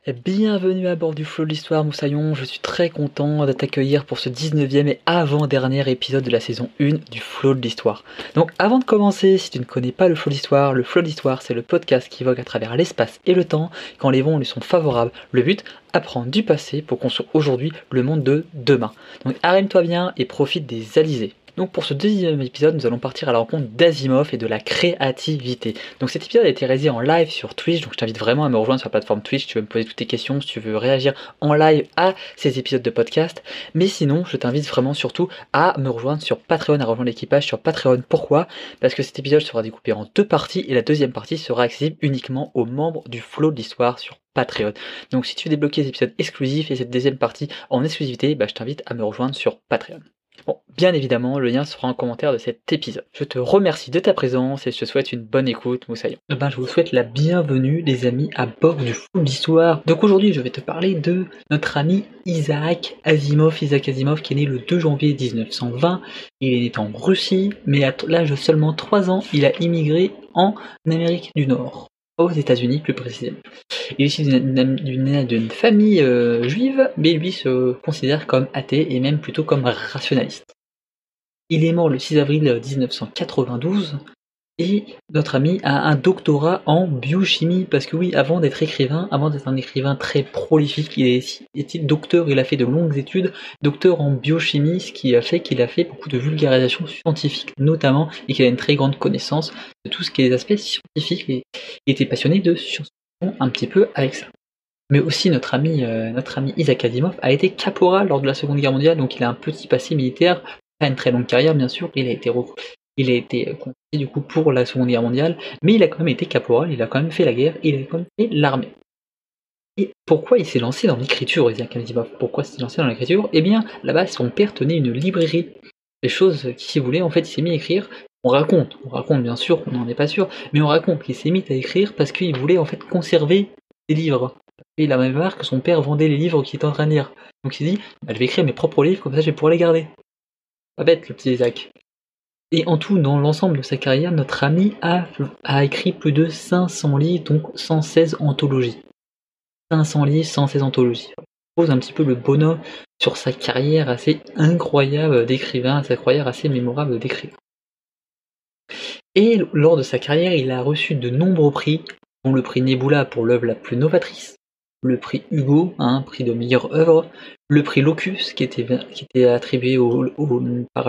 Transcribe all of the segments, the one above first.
Bienvenue à bord du flot de l'histoire, Moussaillon. Je suis très content de t'accueillir pour ce 19e et avant-dernier épisode de la saison 1 du flot de l'histoire. Donc avant de commencer, si tu ne connais pas le flot de l'histoire c'est le podcast qui vogue à travers l'espace et le temps quand les vents lui sont favorables. Le but, apprendre du passé pour construire aujourd'hui le monde de demain. Donc arrête-toi bien et profite des alizés. Donc pour ce deuxième épisode, nous allons partir à la rencontre d'Asimov et de la créativité. Donc cet épisode a été réalisé en live sur Twitch, donc je t'invite vraiment à me rejoindre sur la plateforme Twitch si tu veux me poser toutes tes questions, si tu veux réagir en live à ces épisodes de podcast. Mais sinon, je t'invite vraiment surtout à me rejoindre sur Patreon, à rejoindre l'équipage sur Patreon. Pourquoi ? Parce que cet épisode sera découpé en deux parties et la deuxième partie sera accessible uniquement aux membres du flot de l'histoire sur Patreon. Donc si tu veux débloquer les épisodes exclusifs et cette deuxième partie en exclusivité, je t'invite à me rejoindre sur Patreon. Bon, bien évidemment, le lien sera en commentaire de cet épisode. Je te remercie de ta présence et je te souhaite une bonne écoute, Moussaillon. Je vous souhaite la bienvenue, les amis, à bord du flot de l'histoire. Donc aujourd'hui, je vais te parler de notre ami Isaac Asimov, qui est né le 2 janvier 1920. Il est né en Russie, mais à l'âge de seulement 3 ans, il a immigré en Amérique du Nord, aux États-Unis plus précisément. Il est issu d'une famille juive, mais lui se considère comme athée et même plutôt comme rationaliste. Il est mort le 6 avril 1992 et notre ami a un doctorat en biochimie parce que oui, avant d'être un écrivain très prolifique, il était docteur, il a fait de longues études, docteur en biochimie, ce qui a fait qu'il a fait beaucoup de vulgarisation scientifique notamment et qu'il a une très grande connaissance de tout ce qui est les aspects scientifiques et il était passionné de science un petit peu avec ça. Mais aussi notre ami Isaac Asimov a été caporal lors de la Seconde Guerre mondiale, donc il a un petit passé militaire, pas une très longue carrière bien sûr, il a été convoqué du coup pour la Seconde Guerre mondiale, mais il a quand même été caporal, il a quand même fait la guerre, il a quand même fait l'armée. Et pourquoi il s'est lancé dans l'écriture, Isaac Asimov ? Pourquoi s'est lancé dans l'écriture ? Eh bien, là-bas, son père tenait une librairie. Des choses qu'il voulait, en fait, il s'est mis à écrire. On raconte bien sûr, on n'en est pas sûr, mais on raconte qu'il s'est mis à écrire parce qu'il voulait en fait conserver ses livres. Et il avait marre que son père vendait les livres qu'il était en train de lire. Donc il s'est dit, je vais écrire mes propres livres, comme ça je vais pouvoir les garder. Pas bête le petit Isaac. Et en tout, dans l'ensemble de sa carrière, notre ami a écrit plus de 500 livres, donc 116 anthologies. 500 livres, 116 anthologies. On pose un petit peu le bonhomme sur sa carrière assez incroyable d'écrivain, sa carrière assez mémorable d'écrivain. Et lors de sa carrière, il a reçu de nombreux prix, dont le prix Nebula pour l'œuvre la plus novatrice, le prix Hugo, prix de meilleure œuvre, le prix Locus qui était attribué pour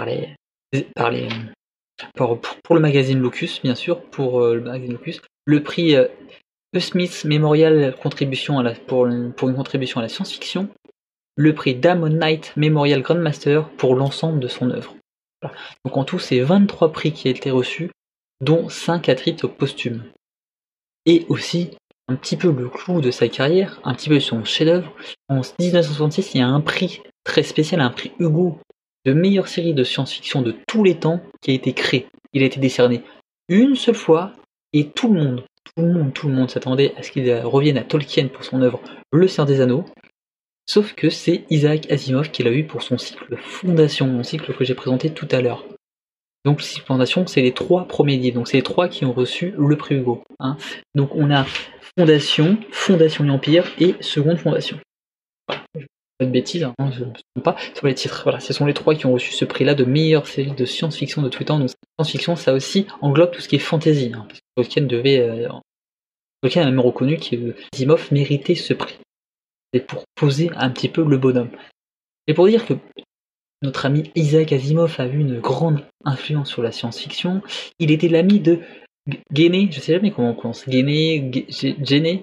le magazine Locus, bien sûr, le magazine Locus, le prix E. Smith Memorial pour une contribution à la science-fiction, le prix Damon Knight Memorial Grandmaster pour l'ensemble de son œuvre. Voilà. Donc en tout, c'est 23 prix qui ont été reçus, dont 5 à titre posthume. Et aussi, un petit peu le clou de sa carrière, un petit peu son chef-d'œuvre, en 1966, il y a un prix très spécial, un prix Hugo de meilleure série de science-fiction de tous les temps qui a été créé. Il a été décerné une seule fois et tout le monde s'attendait à ce qu'il revienne à Tolkien pour son œuvre Le Seigneur des Anneaux. Sauf que c'est Isaac Asimov qui l'a eu pour son cycle Fondation, mon cycle que j'ai présenté tout à l'heure. Donc le cycle Fondation, c'est les 3 premiers livres, donc c'est les 3 qui ont reçu le prix Hugo. Donc on a Fondation et Empire et Seconde Fondation. Voilà. Pas de bêtises, je ne me trompe pas sur les titres. Voilà, ce sont les 3 qui ont reçu ce prix-là de meilleure série de science-fiction de tous les temps. Donc science-fiction, ça aussi englobe tout ce qui est fantasy, parce que Tolkien a même reconnu qu'Asimov méritait ce prix. C'est pour poser un petit peu le bonhomme. Et pour dire que notre ami Isaac Asimov a eu une grande influence sur la science-fiction, il était l'ami de Gene, je sais jamais comment on prononce, Gene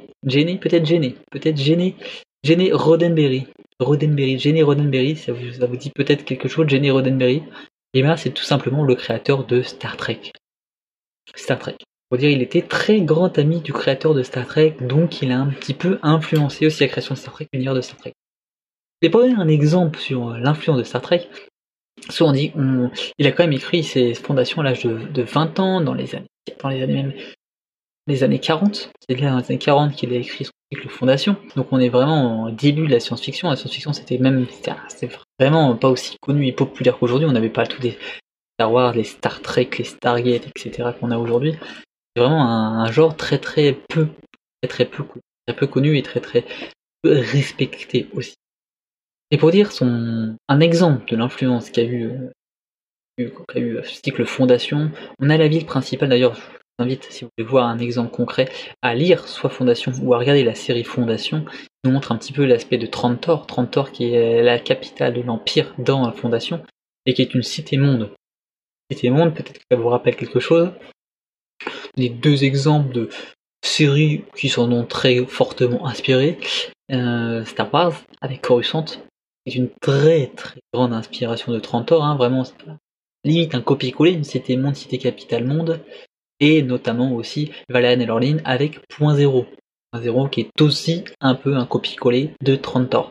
Roddenberry, ça vous dit peut-être quelque chose, Gene Roddenberry. Et bien c'est tout simplement le créateur de Star Trek. Faut dire, il était très grand ami du créateur de Star Trek, donc il a un petit peu influencé aussi la création de Star Trek, l'univers de Star Trek. Et pour donner un exemple sur l'influence de Star Trek, souvent on dit, il a quand même écrit ses fondations à l'âge de 20 ans, dans les années 40. C'est là dans les années 40 qu'il a écrit son cycle Fondation. Donc on est vraiment au début de la science-fiction. La science-fiction c'était vraiment pas aussi connu et populaire qu'aujourd'hui. On n'avait pas tous des Star Wars, les Star Trek, les Stargate, etc. qu'on a aujourd'hui. C'est vraiment un genre très peu connu. très peu connu et très peu respecté aussi. Et pour dire un exemple de l'influence qu'a eu ce cycle Fondation, on a la ville principale, d'ailleurs je vous invite, si vous voulez voir un exemple concret, à lire soit Fondation ou à regarder la série Fondation, qui nous montre un petit peu l'aspect de Trantor, qui est la capitale de l'Empire dans la Fondation, et qui est une cité-monde. Cité-monde, peut-être que ça vous rappelle quelque chose. Les deux exemples de séries qui s'en ont très fortement inspirées, Star Wars avec Coruscant, est une très grande inspiration de Trantor, vraiment c'est limite un copier-coller, une cité monde, cité capitale monde, et notamment aussi Valerian et Lorline avec Point Zéro. Point Zéro qui est aussi un peu un copier-coller de Trantor.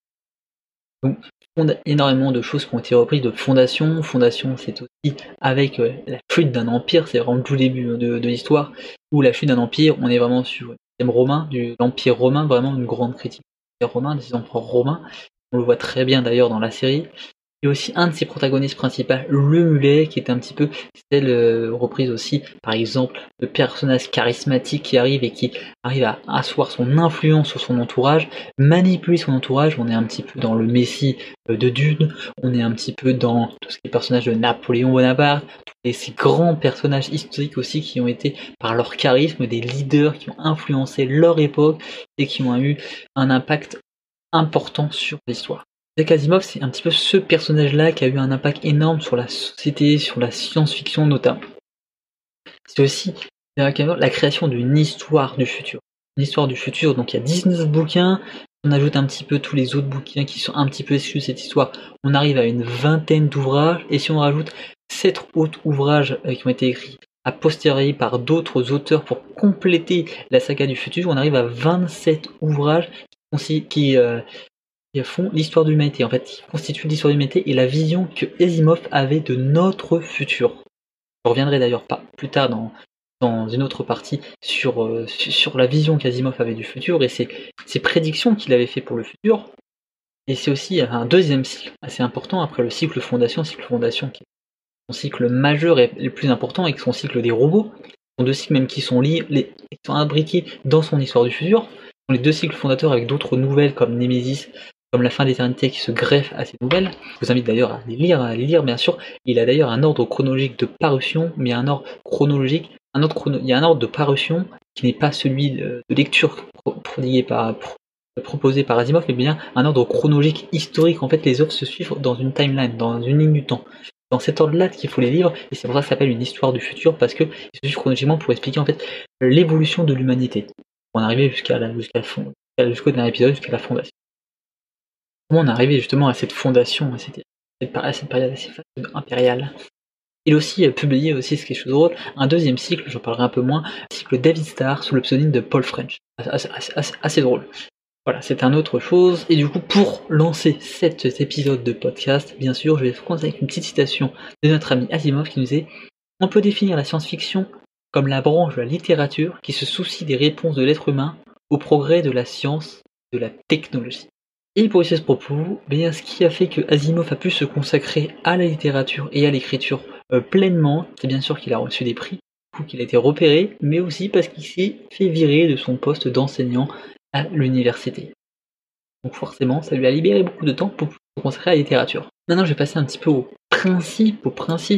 Donc énormément de choses qui ont été reprises de Fondation. Fondation, c'est aussi avec la chute d'un empire, c'est vraiment tout le début de l'histoire, où la chute d'un empire, on est vraiment sur le thème romain, de l'empire romain, vraiment une grande critique des romains, des empereurs romains. On le voit très bien d'ailleurs dans la série. Et aussi un de ses protagonistes principaux, le mulet, qui est un petit peu celle reprise aussi, par exemple, le personnage charismatique qui arrive et qui arrive à asseoir son influence sur son entourage, manipuler son entourage. On est un petit peu dans le Messie de Dune, on est un petit peu dans tout ce qui est personnage de Napoléon Bonaparte, et ces grands personnages historiques aussi qui ont été, par leur charisme, des leaders qui ont influencé leur époque et qui ont eu un impact important sur l'histoire. Asimov, c'est un petit peu ce personnage-là qui a eu un impact énorme sur la société, sur la science-fiction notamment. C'est aussi la création d'une histoire du futur. Une histoire du futur, donc il y a 19 bouquins, on ajoute un petit peu tous les autres bouquins qui sont un petit peu exclus de cette histoire, on arrive à une vingtaine d'ouvrages, et si on rajoute 7 autres ouvrages qui ont été écrits a posteriori par d'autres auteurs pour compléter la saga du futur, on arrive à 27 ouvrages qui font l'histoire de l'humanité, en fait, qui constituent l'histoire de l'humanité et la vision que Asimov avait de notre futur. Je reviendrai d'ailleurs pas plus tard dans une autre partie sur la vision qu'Asimov avait du futur et ses prédictions qu'il avait fait pour le futur. Et c'est aussi un deuxième cycle assez important après le cycle Fondation qui est son cycle majeur et le plus important, et son cycle des robots. Ce sont deux cycles même qui sont liés, qui sont imbriqués dans son histoire du futur. Ce sont les deux cycles fondateurs avec d'autres nouvelles comme Némésis, comme La fin d'éternité qui se greffe à ces nouvelles. Je vous invite d'ailleurs à les lire bien sûr. Il a d'ailleurs un ordre chronologique de parution, mais un ordre chronologique, il y a un ordre de parution qui n'est pas celui de lecture proposé par Asimov, mais bien un ordre chronologique historique. En fait, les œuvres se suivent dans une timeline, dans une ligne du temps. Dans cet ordre-là qu'il faut les livres, et c'est pour ça que ça s'appelle une histoire du futur, parce que il se suit chronologiquement pour expliquer en fait l'évolution de l'humanité. On est arrivé jusqu'au dernier épisode, jusqu'à la fondation. Comment on est arrivé justement à cette fondation, à cette période assez impériale. Il a aussi publié aussi, ce quelque chose de drôle, un deuxième cycle, j'en parlerai un peu moins, le cycle David Starr sous le pseudonyme de Paul French. Assez drôle. Voilà, c'est un autre chose. Et du coup, pour lancer cet épisode de podcast, bien sûr, je vais commencer avec une petite citation de notre ami Asimov qui nous dit « On peut définir la science-fiction comme la branche de la littérature qui se soucie des réponses de l'être humain au progrès de la science et de la technologie. » Et pour ce propos, bien, ce qui a fait que Asimov a pu se consacrer à la littérature et à l'écriture pleinement, c'est bien sûr qu'il a reçu des prix, qu'il a été repéré, mais aussi parce qu'il s'est fait virer de son poste d'enseignant à l'université. Donc forcément, ça lui a libéré beaucoup de temps pour se consacrer à la littérature. Maintenant, je vais passer un petit peu au principe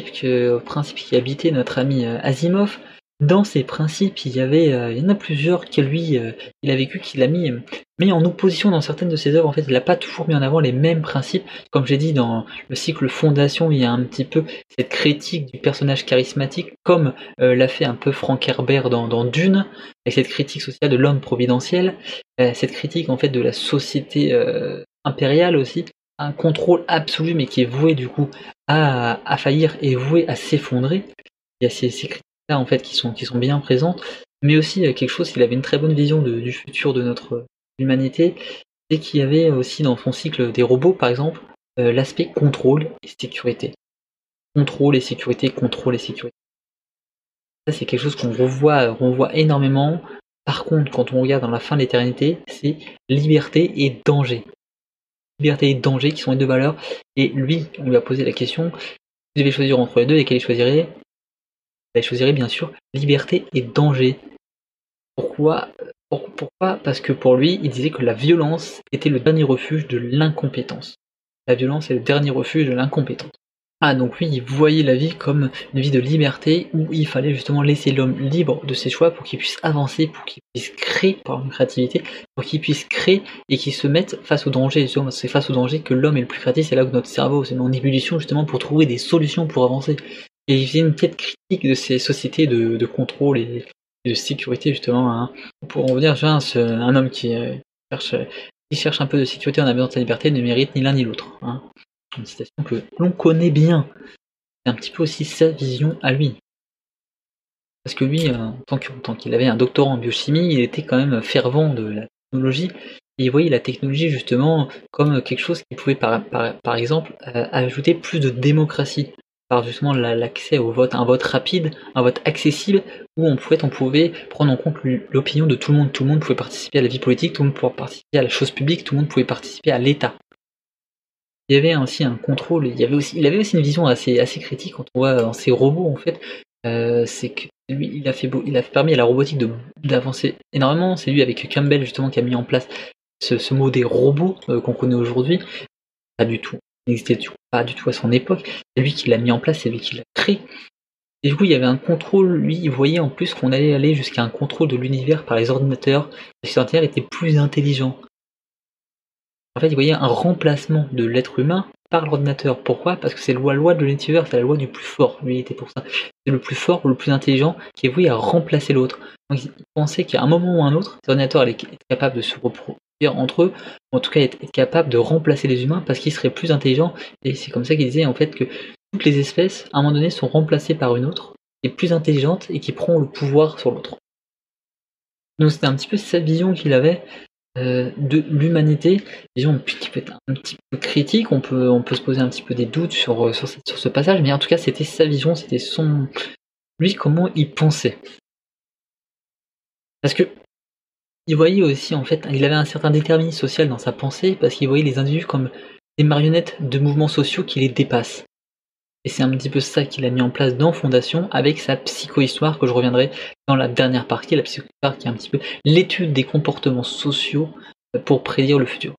qui habitait notre ami Asimov. Dans ces principes, il y en a plusieurs que lui, il a vécu, qu'il a mis en opposition dans certaines de ses œuvres. En fait, il n'a pas toujours mis en avant les mêmes principes. Comme j'ai dit, dans le cycle Fondation, il y a un petit peu cette critique du personnage charismatique, comme l'a fait un peu Frank Herbert dans Dune, avec cette critique sociale de l'homme providentiel, cette critique en fait de la société impériale aussi, un contrôle absolu mais qui est voué du coup à faillir et voué à s'effondrer. Il y a ces critiques en fait qui sont bien présentes, mais aussi quelque chose, il avait une très bonne vision du futur de notre humanité, et qu'il y avait aussi dans son cycle des robots par exemple l'aspect contrôle et sécurité. Contrôle et sécurité, contrôle et sécurité. Ça c'est quelque chose qu'on revoit énormément. Par contre, quand on regarde dans La fin de l'éternité, c'est liberté et danger. Liberté et danger qui sont les deux valeurs, et lui, on lui a posé la question, si vous devez choisir entre les deux, lesquels il choisirait? Je choisirais bien sûr liberté et danger. Pourquoi Pourquoi? Parce que pour lui, il disait que la violence était le dernier refuge de l'incompétence. La violence est le dernier refuge de l'incompétence. Ah, donc lui, il voyait la vie comme une vie de liberté où il fallait justement laisser l'homme libre de ses choix pour qu'il puisse avancer, pour qu'il puisse créer par une créativité, pour qu'il puisse créer et qu'il se mette face au danger. Justement, c'est face au danger que l'homme est le plus créatif, c'est là où notre cerveau se met en ébullition justement pour trouver des solutions pour avancer. Et il faisait une quête critique de ces sociétés de contrôle et de sécurité justement. Hein. Pour en revenir, un homme qui cherche un peu de sécurité en abusant de sa liberté ne mérite ni l'un ni l'autre. Hein. Une citation que l'on connaît bien. C'est un petit peu aussi sa vision à lui. Parce que lui, en tant qu'il avait un doctorat en biochimie, il était quand même fervent de la technologie. Et il voyait la technologie justement comme quelque chose qui pouvait par exemple ajouter plus de démocratie. Par justement l'accès au vote, un vote rapide, un vote accessible, où on pouvait prendre en compte l'opinion de tout le monde. Tout le monde pouvait participer à la vie politique, tout le monde pouvait participer à la chose publique, tout le monde pouvait participer à l'État. Il y avait aussi un contrôle, il avait aussi une vision assez critique quand on voit dans ces robots en fait. C'est que lui, il a permis à la robotique d'avancer énormément. C'est lui avec Campbell justement qui a mis en place ce mot des robots qu'on connaît aujourd'hui. Pas du tout, il n'existait pas du tout à son époque. C'est lui qui l'a mis en place, c'est lui qui l'a créé. Et du coup, il y avait un contrôle. Lui, il voyait en plus qu'on allait aller jusqu'à un contrôle de l'univers par les ordinateurs. Les ordinateurs étaient plus intelligents. En fait, il voyait un remplacement de l'être humain par l'ordinateur. Pourquoi? Parce que c'est la loi de l'univers, c'est la loi du plus fort. Lui, il était pour ça. C'est le plus fort ou le plus intelligent qui est voué à remplacer l'autre. Donc, il pensait qu'à un moment ou un autre, ces ordinateurs allaient être capables de se reproduire entre eux, ou en tout cas être capables de remplacer les humains parce qu'ils seraient plus intelligents. Et c'est comme ça qu'il disait en fait que toutes les espèces, à un moment donné, sont remplacées par une autre, qui est plus intelligente et qui prend le pouvoir sur l'autre. Donc c'était un petit peu cette vision qu'il avait de l'humanité, disons un petit peu critique, on peut se poser un petit peu des doutes sur ce passage, mais en tout cas c'était sa vision, c'était lui comment il pensait. Parce que il voyait aussi en fait, il avait un certain déterminisme social dans sa pensée, parce qu'il voyait les individus comme des marionnettes de mouvements sociaux qui les dépassent. Et c'est un petit peu ça qu'il a mis en place dans Fondation avec sa psychohistoire que je reviendrai dans la dernière partie, la psychohistoire qui est un petit peu l'étude des comportements sociaux pour prédire le futur.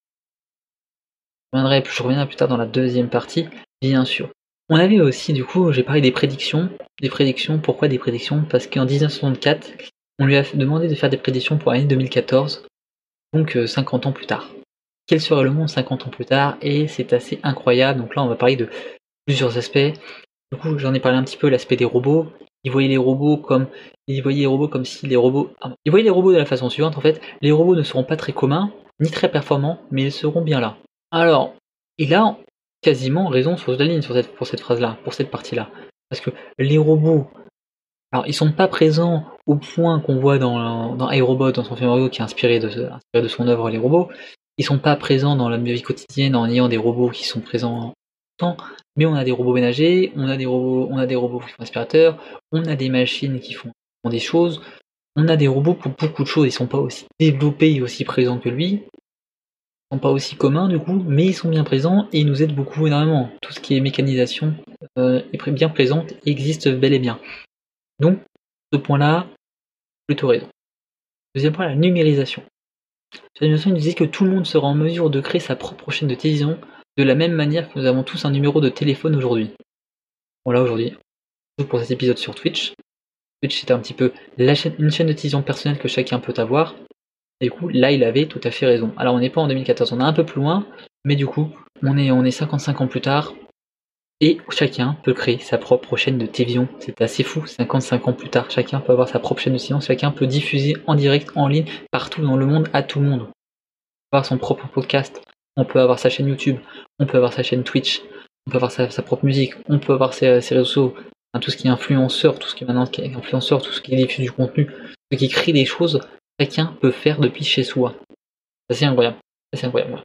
Je reviendrai plus tard dans la deuxième partie, bien sûr. On avait aussi, du coup, j'ai parlé des prédictions. Pourquoi des prédictions? Parce qu'en 1964, on lui a demandé de faire des prédictions pour l'année 2014, donc 50 ans plus tard. Quel serait le monde 50 ans plus tard? Et c'est assez incroyable, donc là on va parler de plusieurs aspects. Du coup, j'en ai parlé un petit peu, l'aspect des robots. Il voyait les robots comme si les robots... Il voyait les robots de la façon suivante, en fait. Les robots ne seront pas très communs, ni très performants, mais ils seront bien là. Alors, il a quasiment raison sur la ligne pour cette phrase-là, pour cette partie-là. Parce que les robots, alors ils sont pas présents au point qu'on voit dans iRobot, dans son film Mario, qui est inspiré de son œuvre Les Robots. Ils sont pas présents dans la vie quotidienne en ayant des robots qui sont présents temps, mais on a des robots ménagers, on a des robots qui font aspirateurs, on a des machines qui font des choses, on a des robots pour beaucoup de choses, ils sont pas aussi développés et aussi présents que lui, ils sont pas aussi communs du coup, mais ils sont bien présents et ils nous aident beaucoup énormément. Tout ce qui est mécanisation est bien présente et existe bel et bien. Donc, ce point-là, plutôt raison. Deuxième point, la numérisation. Sur l'animation, il nous disait que tout le monde sera en mesure de créer sa propre chaîne de télévision de la même manière que nous avons tous un numéro de téléphone aujourd'hui. Voilà, aujourd'hui, pour cet épisode sur Twitch. Twitch, c'était un petit peu une chaîne de télévision personnelle que chacun peut avoir. Et du coup, là, il avait tout à fait raison. Alors, on n'est pas en 2014, on est un peu plus loin, mais du coup, on est 55 ans plus tard, et chacun peut créer sa propre chaîne de télévision. C'est assez fou, 55 ans plus tard, chacun peut avoir sa propre chaîne de télévision, chacun peut diffuser en direct, en ligne, partout dans le monde, à tout le monde. On peut avoir son propre podcast, on peut avoir sa chaîne YouTube, on peut avoir sa chaîne Twitch, on peut avoir sa propre musique, on peut avoir ses réseaux sociaux, tout ce qui est influenceur, tout ce qui est influenceur, tout ce qui diffuse du contenu, ce qui crée des choses, chacun peut faire depuis chez soi. C'est incroyable. C'est incroyable.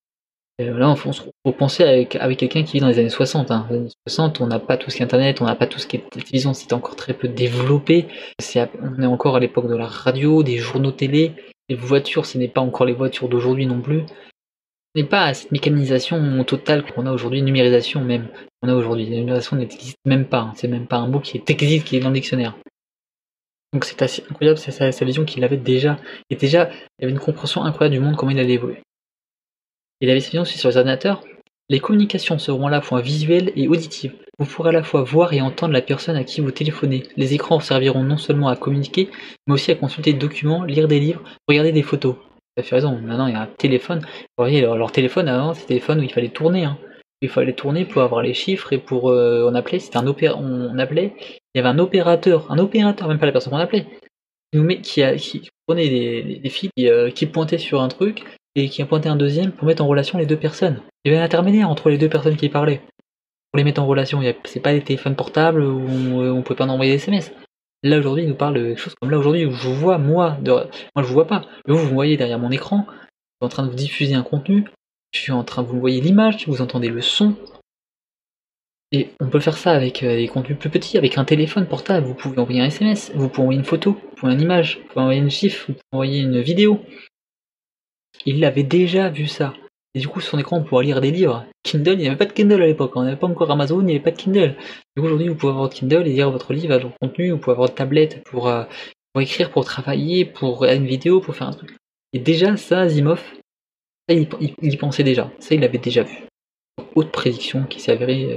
Et là, on faut penser avec quelqu'un qui vit dans les années 60. Hein. Les années 60, on n'a pas tout ce qui est internet, on n'a pas tout ce qui est télévision, c'était encore très peu développé. On est encore à l'époque de la radio, des journaux télé, les voitures, ce n'est pas encore les voitures d'aujourd'hui non plus. Ce n'est pas cette mécanisation totale qu'on a aujourd'hui, numérisation même, qu'on a aujourd'hui. La numérisation n'existe même pas, hein. C'est même pas un mot qui existe, qui est dans le dictionnaire. Donc c'est assez incroyable, c'est sa vision qu'il avait déjà. Et déjà, il avait une compréhension incroyable du monde, comment il allait évoluer. Il avait sa vision aussi sur les ordinateurs. Les communications seront à la fois visuelles et auditives. Vous pourrez à la fois voir et entendre la personne à qui vous téléphonez. Les écrans serviront non seulement à communiquer, mais aussi à consulter des documents, lire des livres, regarder des photos. Vous avez fait raison, maintenant il y a un téléphone. Vous voyez, leur téléphone avant, c'était un téléphone où il fallait tourner. Il fallait tourner pour avoir les chiffres et pour on appelait, c'était on appelait, il y avait un opérateur, même pas la personne qu'on appelait, qui prenait des fils qui pointaient sur un truc et qui pointait un deuxième pour mettre en relation les deux personnes. Il y avait un intermédiaire entre les deux personnes qui parlaient. Pour les mettre en relation, c'est pas des téléphones portables où on pouvait pas envoyer des SMS. Là aujourd'hui, il nous parle de quelque chose comme là aujourd'hui où je vous vois, moi je vous vois pas, mais vous voyez derrière mon écran, je suis en train de vous diffuser un contenu, vous voyez l'image, vous entendez le son. Et on peut faire ça avec des contenus plus petits, avec un téléphone portable. Vous pouvez envoyer un SMS, vous pouvez envoyer une photo, vous pouvez une image, vous pouvez envoyer une GIF, vous pouvez envoyer une vidéo. Il avait déjà vu ça. Et du coup, sur son écran, on pourra lire des livres. Kindle, il n'y avait pas de Kindle à l'époque, on n'avait pas encore Amazon, il n'y avait pas de Kindle. Du coup, aujourd'hui, vous pouvez avoir votre Kindle et lire votre livre à votre contenu, vous pouvez avoir une tablette pour écrire, pour travailler, pour regarder une vidéo, pour faire un truc. Et déjà, ça, Asimov, ça, il y pensait déjà. Ça, il l'avait déjà vu. Haute prédiction qui s'est avérée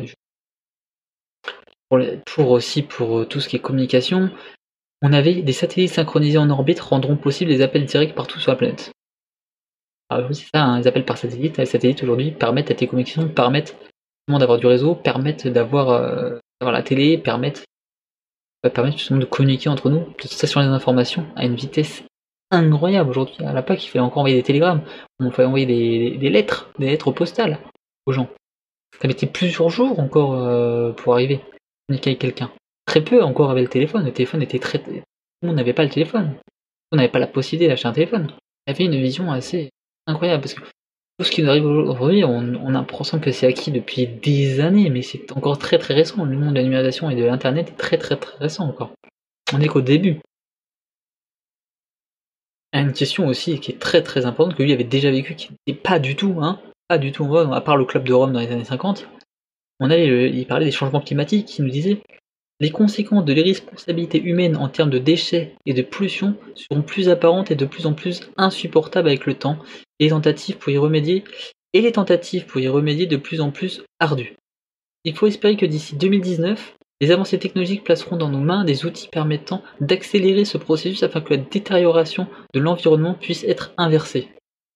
pour tout ce qui est communication. On avait des satellites synchronisés en orbite rendront possible des appels directs partout sur la planète. Alors oui, c'est ça, hein, les appels par satellite. Les satellites aujourd'hui permettent à tes communications, permettent d'avoir du réseau, permettent d'avoir la télé, permettent justement de communiquer entre nous, de s'assurer des informations à une vitesse incroyable aujourd'hui. À l'époque, il fallait encore envoyer des télégrammes, on fallait envoyer des lettres postales aux gens. Ça mettait plusieurs jours encore pour arriver à communiquer avec quelqu'un. Très peu encore avaient le téléphone. Le téléphone était très. Tout le monde n'avait pas le téléphone. On n'avait pas la possibilité d'acheter un téléphone. Il avait une vision assez incroyable parce que tout ce qui nous arrive aujourd'hui, on a l'impression que c'est acquis depuis des années, mais c'est encore très très récent. Le monde de la numérisation et de l'internet est très très très récent encore. On est qu'au début. Une question aussi qui est très très importante que lui avait déjà vécu, qui n'était pas du tout, pas du tout en vogue, à part le club de Rome dans les années 50. Il parlait des changements climatiques, il nous disait les conséquences de l'irresponsabilité humaine en termes de déchets et de pollution seront plus apparentes et de plus en plus insupportables avec le temps, et les tentatives pour y remédier de plus en plus ardues. Il faut espérer que d'ici 2019, les avancées technologiques placeront dans nos mains des outils permettant d'accélérer ce processus afin que la détérioration de l'environnement puisse être inversée.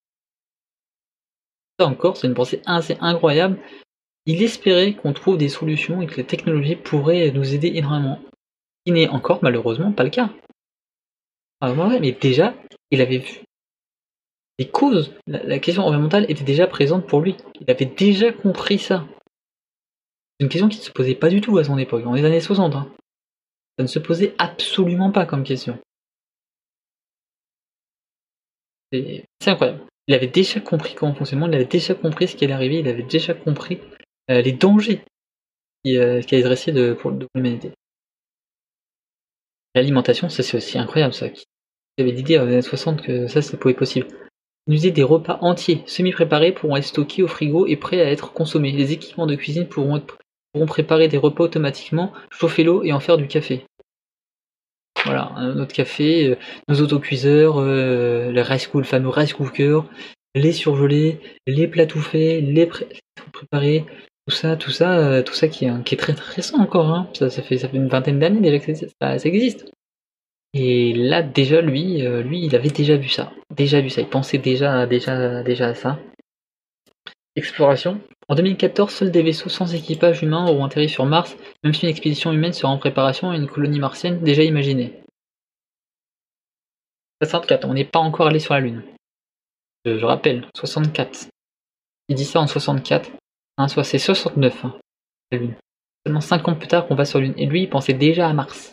Ça encore, c'est une pensée assez incroyable. Il espérait qu'on trouve des solutions et que la technologie pourrait nous aider énormément. Ce qui n'est encore malheureusement pas le cas. Mais déjà, il avait vu les causes, la question environnementale était déjà présente pour lui. Il avait déjà compris ça. C'est une question qui ne se posait pas du tout à son époque, dans les années 60. Ça ne se posait absolument pas comme question. C'est incroyable. Il avait déjà compris comment fonctionne le monde, il avait déjà compris ce qui allait arriver, il avait déjà compris les dangers qui allaient dresser de l'humanité. L'alimentation, ça c'est aussi incroyable ça. Il avait l'idée dans les années 60 que ça pouvait être possible. Il nous disait des repas entiers, semi-préparés, pourront être stockés au frigo et prêts à être consommés. Les équipements de cuisine pourront préparer des repas automatiquement, chauffer l'eau et en faire du café. Voilà, notre café, nos autocuiseurs, le fameux rice cooker, les surgelés, les plats tout faits, les préparés, tout ça qui est très très récent encore. Ça fait une vingtaine d'années déjà que ça existe. Et là déjà lui il avait déjà vu ça, il pensait déjà à ça. Exploration. En 2014, seuls des vaisseaux sans équipage humain auront atterri sur Mars, même si une expédition humaine sera en préparation et une colonie martienne déjà imaginée. 64, on n'est pas encore allé sur la Lune. Je rappelle, 64. Il dit ça en 64. Soit c'est 69, la Lune. Seulement 5 ans plus tard qu'on va sur la Lune. Et lui, il pensait déjà à Mars.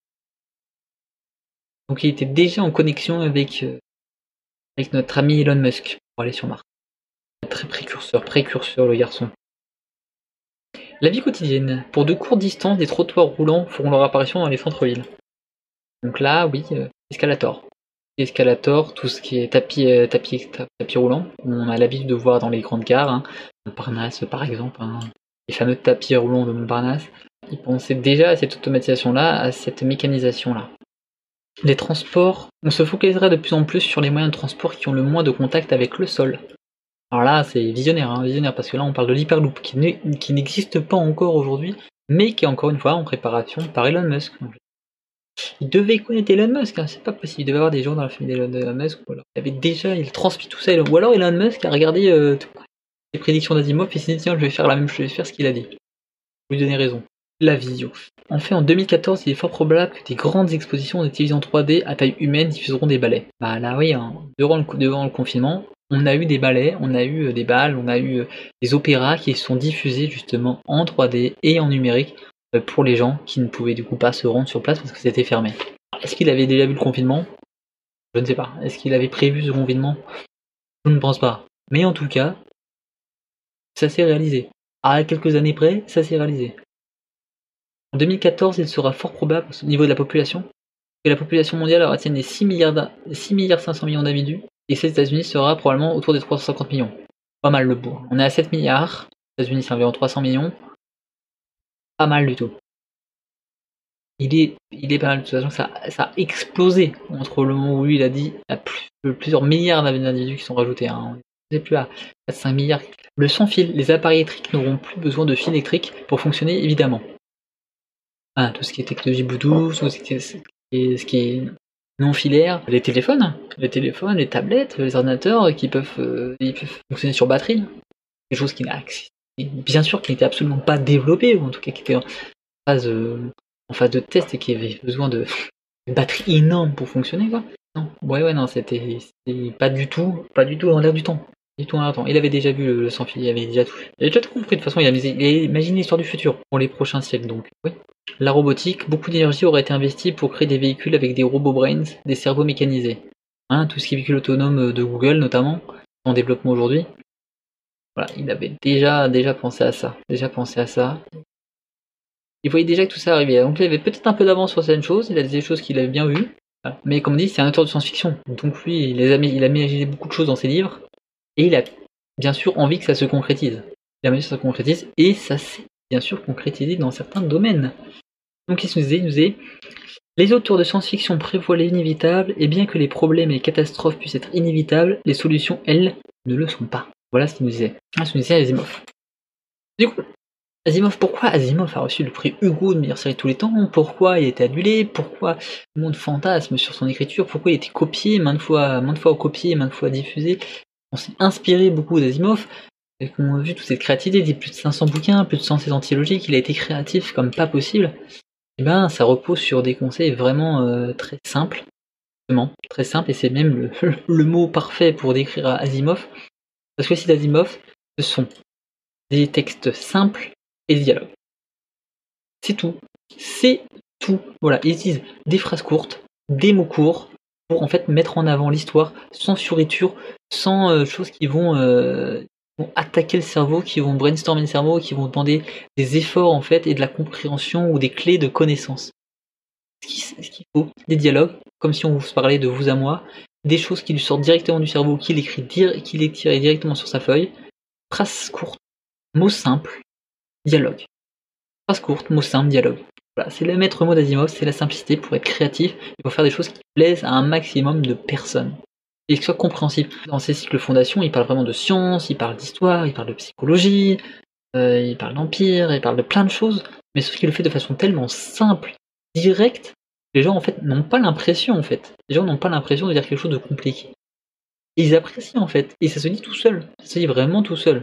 Donc il était déjà en connexion avec notre ami Elon Musk pour aller sur Mars. Très précurseur le garçon. La vie quotidienne. Pour de courtes distances, des trottoirs roulants feront leur apparition dans les centres-villes. Donc là, oui, escalator, tout ce qui est tapis roulant. On a l'habitude de voir dans les grandes gares, Montparnasse par exemple, les fameux tapis roulants de Montparnasse. Ils pensaient déjà à cette automatisation-là, à cette mécanisation-là. Les transports, on se focalisera de plus en plus sur les moyens de transport qui ont le moins de contact avec le sol. Alors là, c'est visionnaire, visionnaire, parce que là, on parle de l'Hyperloop qui n'existe pas encore aujourd'hui, mais qui est encore une fois en préparation par Elon Musk. Il devait connaître Elon Musk, c'est pas possible, il devait avoir des gens dans la famille d'Elon Musk, ou alors il transmet tout ça, ou alors Elon Musk a regardé les prédictions d'Asimov et s'est dit tiens, je vais faire la même chose, je vais faire ce qu'il a dit. Je lui donner raison. La vision. En fait, en 2014, il est fort probable que des grandes expositions de télévision 3D à taille humaine diffuseront des ballets. Bah là oui, devant le confinement, on a eu des ballets, on a eu des balles, on a eu des opéras qui sont diffusés justement en 3D et en numérique pour les gens qui ne pouvaient du coup pas se rendre sur place parce que c'était fermé. Est-ce qu'il avait déjà vu le confinement? Je ne sais pas. Est-ce qu'il avait prévu ce confinement? Je ne pense pas. Mais en tout cas, ça s'est réalisé. À quelques années près, ça s'est réalisé. En 2014, il sera fort probable, au niveau de la population, que la population mondiale atteigne les 6 milliards 500 millions d'individus, et les États-Unis sera probablement autour des 350 millions. Pas mal le bout. On est à 7 milliards, les États-Unis c'est environ 300 millions. Pas mal du tout. Il est pas mal de toute façon, ça a explosé entre le moment où lui il a dit il y a plusieurs milliards d'individus qui sont rajoutés. On n'est plus à 5 milliards. Le sans fil, les appareils électriques n'auront plus besoin de fil électrique pour fonctionner évidemment. Tout ce qui est technologie Bluetooth, tout ce qui est non filaire, les téléphones, les tablettes, les ordinateurs qui peuvent fonctionner sur batterie. Quelque chose qui n'a bien sûr qui n'était absolument pas développé, ou en tout cas qui était en phase de test et qui avait besoin de batterie énorme pour fonctionner quoi. Non, c'était pas du tout dans l'air du temps. Il avait déjà vu le sans fil, il avait déjà tout compris. De toute façon, il a imaginé l'histoire du futur pour les prochains siècles. Donc, oui. La robotique, beaucoup d'énergie aurait été investie pour créer des véhicules avec des robots brains, des cerveaux mécanisés. Tout ce qui est véhicule autonome de Google notamment, en développement aujourd'hui. Voilà, il avait déjà pensé à ça. Il voyait déjà que tout ça arrivait. Donc il avait peut-être un peu d'avance sur certaines choses, il a des choses qu'il avait bien vues. Mais comme dit, c'est un auteur de science-fiction. Donc lui, il a imaginé beaucoup de choses dans ses livres. Et il a bien sûr envie que ça se concrétise. Et ça s'est bien sûr concrétisé dans certains domaines. Donc il nous disait, les auteurs de science-fiction prévoient l'inévitable, et bien que les problèmes et les catastrophes puissent être inévitables, les solutions, elles, ne le sont pas. Voilà ce qu'il nous disait. Ce nous disait Asimov. Du coup, pourquoi Asimov a reçu le prix Hugo de meilleure série de tous les temps? Pourquoi il a été adulé? Pourquoi le monde fantasme sur son écriture? Pourquoi il a été copié, maintes fois copié, maintes fois diffusé? On s'est inspiré beaucoup d'Asimov, et on a vu toute cette créativité, il y a plus de 500 bouquins, plus de 100 anthologies, qu'il a été créatif comme pas possible. Et ça repose sur des conseils vraiment très simples, très simples, et c'est même le mot parfait pour décrire Asimov, parce que c'est Asimov, ce sont des textes simples et des dialogues. C'est tout. Voilà, ils utilisent des phrases courtes, des mots courts, pour en fait mettre en avant l'histoire sans fioriture, sans choses qui vont attaquer le cerveau, qui vont brainstormer le cerveau, qui vont demander des efforts en fait et de la compréhension ou des clés de connaissance. Ce qu'il faut, des dialogues, comme si on vous parlait de vous à moi, des choses qui lui sortent directement du cerveau, qu'il est tiré directement sur sa feuille, phrases courtes, mots simples, dialogue. Phrase courte, mots simples, dialogue. Voilà, c'est le maître mot d'Asimov, c'est la simplicité pour être créatif et pour faire des choses qui plaisent à un maximum de personnes. Et que ce soit compréhensible. Dans ses cycles fondations, il parle vraiment de science, il parle d'histoire, il parle de psychologie, il parle d'empire, il parle de plein de choses, mais sauf qu'il le fait de façon tellement simple, directe, les gens en fait n'ont pas l'impression de dire quelque chose de compliqué. Et ils apprécient en fait, et ça se dit tout seul, ça se dit vraiment tout seul.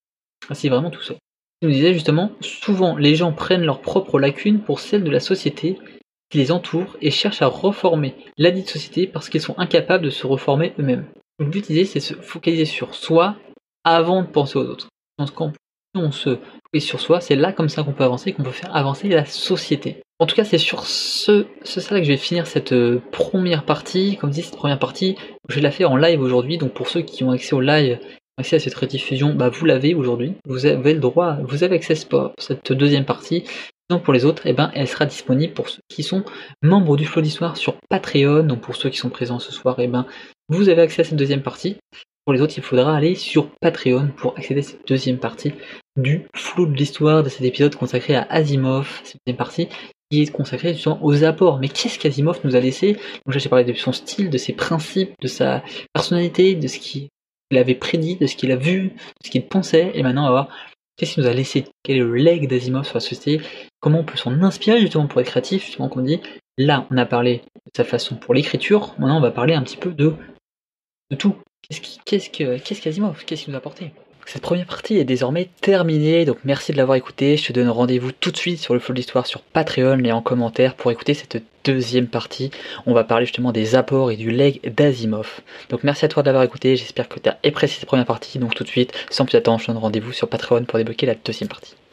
Il nous disait justement, souvent les gens prennent leurs propres lacunes pour celles de la société qui les entoure et cherchent à reformer ladite société parce qu'ils sont incapables de se reformer eux-mêmes. Le but c'est de se focaliser sur soi avant de penser aux autres. Donc quand on se focalise sur soi, c'est là comme ça qu'on peut avancer, qu'on peut faire avancer la société. En tout cas, c'est sur ça que je vais finir cette première partie. Comme dit, cette première partie, je vais la faire en live aujourd'hui. Donc pour ceux qui ont accès au live, accès à cette rediffusion, vous l'avez aujourd'hui. Vous avez le droit, vous avez accès à cette deuxième partie. Donc pour les autres, elle sera disponible pour ceux qui sont membres du Flow d'Histoire sur Patreon. Donc pour ceux qui sont présents ce soir, vous avez accès à cette deuxième partie. Pour les autres, il faudra aller sur Patreon pour accéder à cette deuxième partie du Flow de l'Histoire, de cet épisode consacré à Asimov, cette deuxième partie. qui est consacré justement aux apports. Mais qu'est-ce qu'Asimov nous a laissé? Donc là j'ai parlé de son style, de ses principes, de sa personnalité, de ce qu'il avait prédit, de ce qu'il a vu, de ce qu'il pensait, et maintenant on va voir qu'est-ce qu'il nous a laissé, quel est le leg d'Asimov sur la société, comment on peut s'en inspirer justement pour être créatif, justement qu'on dit, là on a parlé de sa façon pour l'écriture, maintenant on va parler un petit peu de tout. Qu'est-ce qu'Asimov? Qu'est-ce qu'il nous a apporté? Cette première partie est désormais terminée, donc merci de l'avoir écouté. Je te donne rendez-vous tout de suite sur le Flow de l'Histoire sur Patreon et en commentaire pour écouter cette deuxième partie. On va parler justement des apports et du leg d'Asimov. Donc merci à toi de l'avoir écouté, j'espère que tu as apprécié cette première partie. Donc tout de suite, sans plus attendre, je te donne rendez-vous sur Patreon pour débloquer la deuxième partie.